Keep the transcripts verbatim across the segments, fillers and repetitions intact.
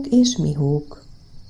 és Mihók.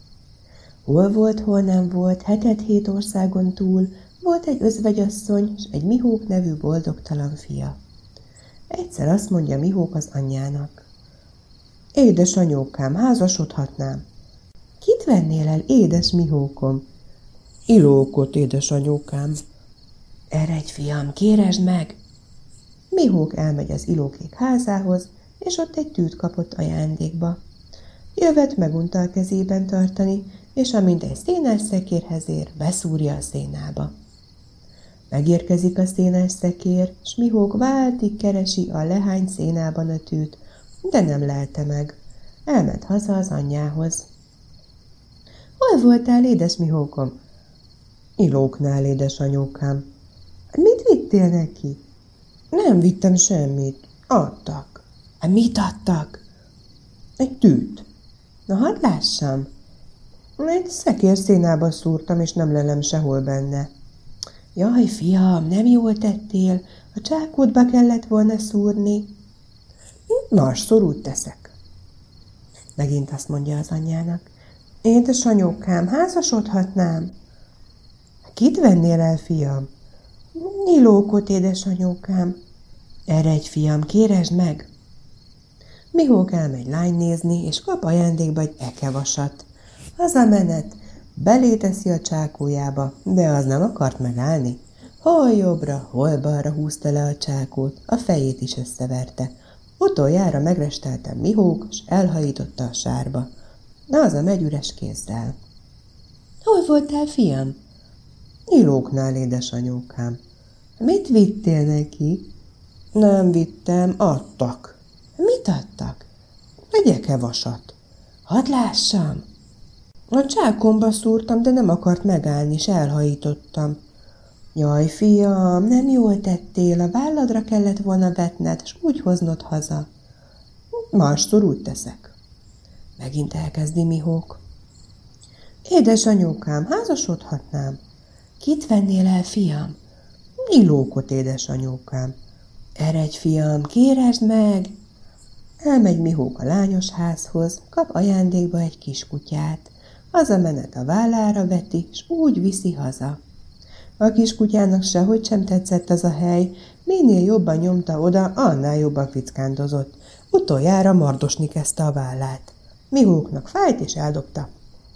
Hol volt, hol nem volt, hetet-hét országon túl, volt egy özvegyasszony, s egy Mihók nevű boldogtalan fia. Egyszer azt mondja Mihók az anyjának: édes anyókám, házasodhatnám. Kit vennél el, édes Mihókom? Ilókot, édes anyókám. Eredj, fiam, kéresd meg! Mihók elmegy az Ilókék házához, és ott egy tűt kapott ajándékba. Jövet megunta a kezében tartani, és amint egy szénás szekérhez ér, beszúrja a szénába. Megérkezik a szénás szekér, s Mihók váltig keresi a lehány szénában a tűt, de nem lelte meg. Elment haza az anyjához. Hol voltál, édes Mihókom? Ilóknál, édes anyókám. Mit vittél neki? Nem vittem semmit. Adtak. Mit adtak? Egy tűt. Na, hadd lássam. Egy szekér szénába szúrtam, és nem lelem sehol benne. Jaj, fiam, nem jól tettél. A csákódba kellett volna szúrni. Másszor úgy teszek. Megint azt mondja az anyjának: édes anyókám, házasodhatnám? Kit vennél el, fiam? Ilókot, édes anyókám. Eredj, fiam, kéresd meg! Mihók elmegy lány nézni, és kap ajándékba egy ekevasat. Hazamenet, belé teszi a csákójába, de az nem akart megállni. Hol jobbra, hol balra húzta le a csákót, a fejét is összeverte. Utoljára megrestelte Mihók, s elhajította a sárba. Hazamegy üres kézzel. Hol voltál, fiam? Ilóknál, édesanyókám. Mit vittél neki? Nem vittem, adtak. Mit adtak? Egy ekevasat. Hadd lássam. A csákomba szúrtam, de nem akart megállni, s elhajítottam. Jaj, fiam, nem jól tettél, a válladra kellett volna vetned, s úgy hoznod haza. Másszor úgy teszek. Megint elkezdi Mihók. Édes anyókám, házasodhatnám? Kit vennél el, fiam? Ilókot, édes anyókám. Eredj, fiam, kéresd meg! Elmegy Mihók a lányos házhoz, kap ajándékba egy kiskutyát. Hazamenet a vállára veti, s úgy viszi haza. A kiskutyának sehogy sem tetszett az a hely, minél jobban nyomta oda, annál jobban fickándozott. Utoljára mardosni kezdte a vállát. Mihóknak fájt, és eldobta.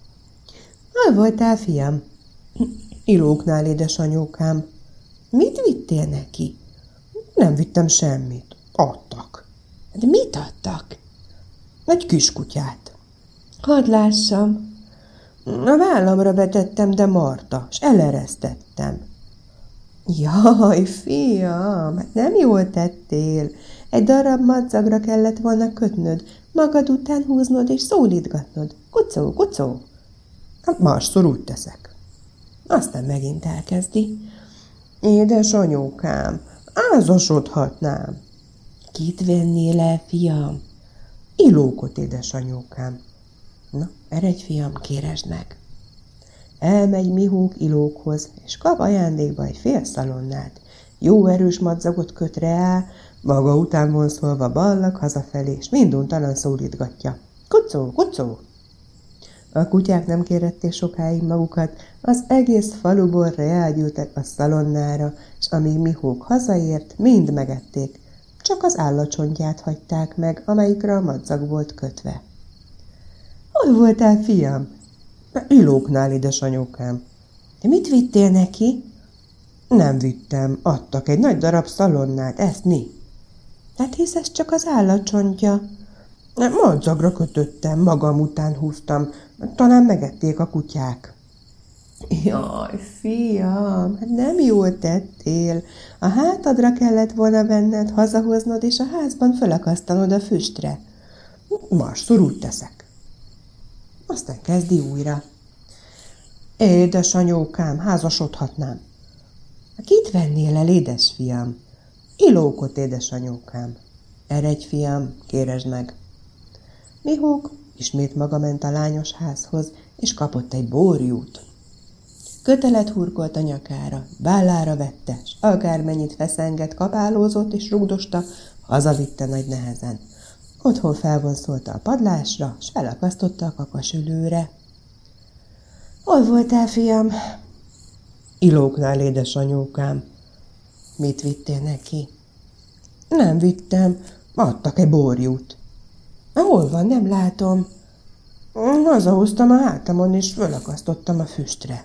Hol voltál, fiam? Ilóknál, édesanyókám. Mit vittél neki? Nem vittem semmit. Adtak. De mit adtak? Egy kiskutyát. Hadd lássam. A vállamra vetettem, de marta, s eleresztettem. Jaj, fiam, hát nem jól tettél. Egy darab madzagra kellett volna kötnöd, magad után húznod és szólítgatnod. Kucó, kucó. Másszor úgy teszek. Aztán megint elkezdi. Édes anyókám, házasodhatnám. Kit vennél el, fiam? Ilókot, édes anyókám. Na, eredj, fiam, kéresd meg. Elmegy Mihók Ilókhoz, és kap ajándékba egy fél szalonnát. Jó erős madzagot köt rá, maga után vonszolva ballag hazafelé, és minduntalan szólítgatja. Kucó, kucó! A kutyák nem kérették sokáig magukat, az egész faluból reágyültek a szalonnára, és amíg Mihók hazaért, mind megették. Csak az állatcsontját hagyták meg, amelyikre a madzag volt kötve. Hol voltál, fiam? Ilóknál, édesanyókám. De mit vittél neki? Nem vittem, adtak egy nagy darab szalonnát, eszni. Hát hisz ez csak az állatcsontja. Madzagra kötöttem, magam után húztam, talán megették a kutyák. Jaj, fiam, hát nem jól tettél. A hátadra kellett volna venned, hazahoznod, és a házban fölakasztanod a füstre. Másszor úgy teszek. Aztán kezdi újra. Édes anyókám, házasodhatnám. Kit vennél el, édesfiam? Ilókot, édesanyókám. Eredj, fiam, kéresd meg. Mihók ismét maga ment a lányos házhoz, és kapott egy borjút. Kötelet hurkolt a nyakára, vállára vette, s akármennyit feszengett, kapálózott és rugdosta, hazavitte nagy nehezen. Otthon felvonszolta a padlásra, s felakasztotta a kakasülőre. Hol voltál, fiam? Ilóknál, édesanyókám. Mit vittél neki? Nem vittem, adtak egy borjút. Hol van, nem látom. Hazahoztam a hátamon, és fölakasztottam a füstre.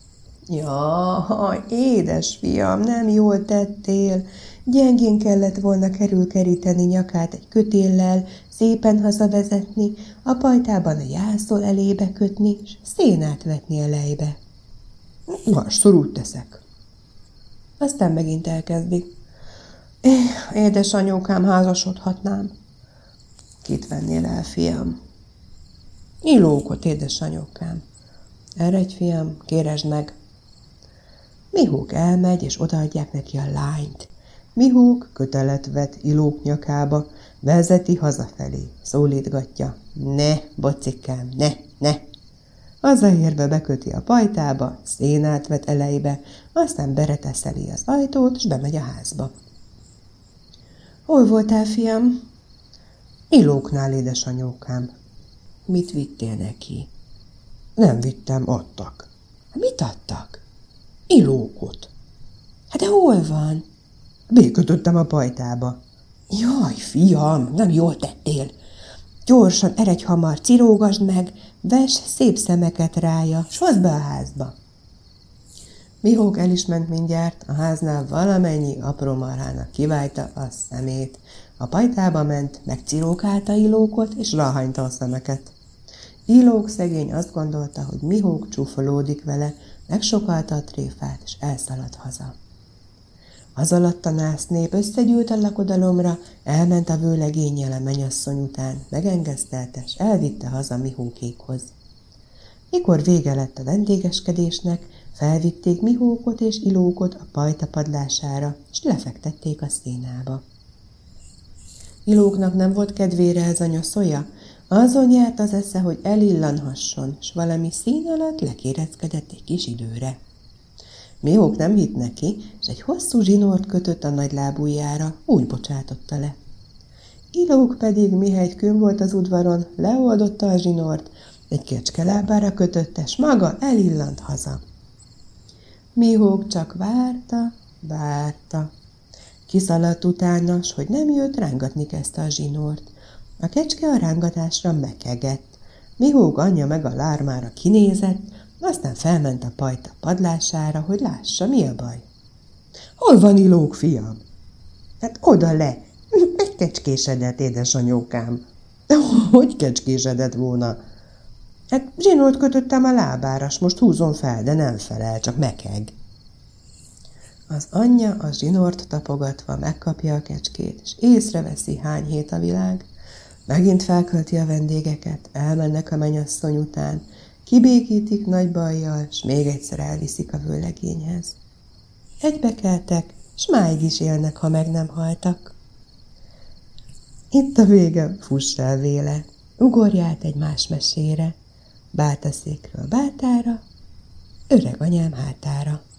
Jaj, édes fiam, nem jól tettél. Gyengén kellett volna kerülkeríteni nyakát egy kötéllel, szépen hazavezetni, a pajtában a jászol elébe kötni, és szénát vetni a lejbe. Másszor úgy teszek. Aztán megint elkezdi. Édesanyókám, házasodhatnám. Kit vennél el, fiam? Ilókot, édesanyókám. Eredj, fiam, kéresd meg. Mihók elmegy, és odaadják neki a lányt. Mihók kötelet vet Ilók nyakába, vezeti hazafelé, szólítgatja. Ne, bocikám, ne, ne! Hazaérve beköti a pajtába, szénát vet elejbe, aztán bereteszeli az ajtót, és bemegy a házba. Hol voltál, fiam? Ilóknál, édesanyókám. Mit vittél neki? Nem vittem, adtak. Mit adtak? Ilókot. Hát de hol van? Békötöttem a pajtába. Jaj, fiam, nem jól tettél. Gyorsan, eredj hamar, cirógasd meg, vess szép szemeket rája, s hozd be a házba. Mihók el is ment mindjárt, a háznál valamennyi apró marhának kiválta a szemét. A pajtába ment, megcirókálta Ilókot, és rahanyta a szemeket. Ilók szegény azt gondolta, hogy Mihók csúfolódik vele, megsokalta a tréfát, és elszaladt haza. Az alatt a nász nép összegyűlt a lakodalomra, elment a vőlegénnyel a mennyasszony után, megengesztelte, s elvitte haza Mihókékhoz. Mikor vége lett a vendégeskedésnek, felvitték Mihókot és Ilókot a pajta padlására, s lefektették a szénába. Ilóknak nem volt kedvére ez a nyoszoja, azon járt az esze, hogy elillanhasson, s valami szín alatt lekéreckedett egy kis időre. Mihók nem hitt neki, és egy hosszú zsinort kötött a nagy lábujjára, úgy bocsátotta le. Ilók pedig, mihegy kőn volt az udvaron, leoldotta a zsinort, egy kecske lábára kötötte, s maga elillant haza. Mihók csak várta, várta. Kiszaladt utána, s hogy nem jött, rángatni kezdte a zsinort. A kecske a rángatásra mekegett. Mihók anyja meg a lármára kinézett, aztán felment a pajta padlására, hogy lássa, mi a baj. Hol van Ilók, fiam? Hát oda le, egy kecskésedett, édesanyókám. Hogy kecskésedett volna? Hát zsinort kötöttem a lábára, s most húzom fel, de nem felel, csak mekeg. Az anyja a zsinort tapogatva megkapja a kecskét, és észreveszi, hány hét a világ. Megint felkölti a vendégeket, elmennek a mennyasszony után, kibékítik nagy bajjal, s még egyszer elviszik a vőlegényhez. Egybekeltek, s máig is élnek, ha meg nem haltak. Itt a vége, fuss el véle, ugorj át egy más mesére, báltaszékről báltára, öreg anyám hátára.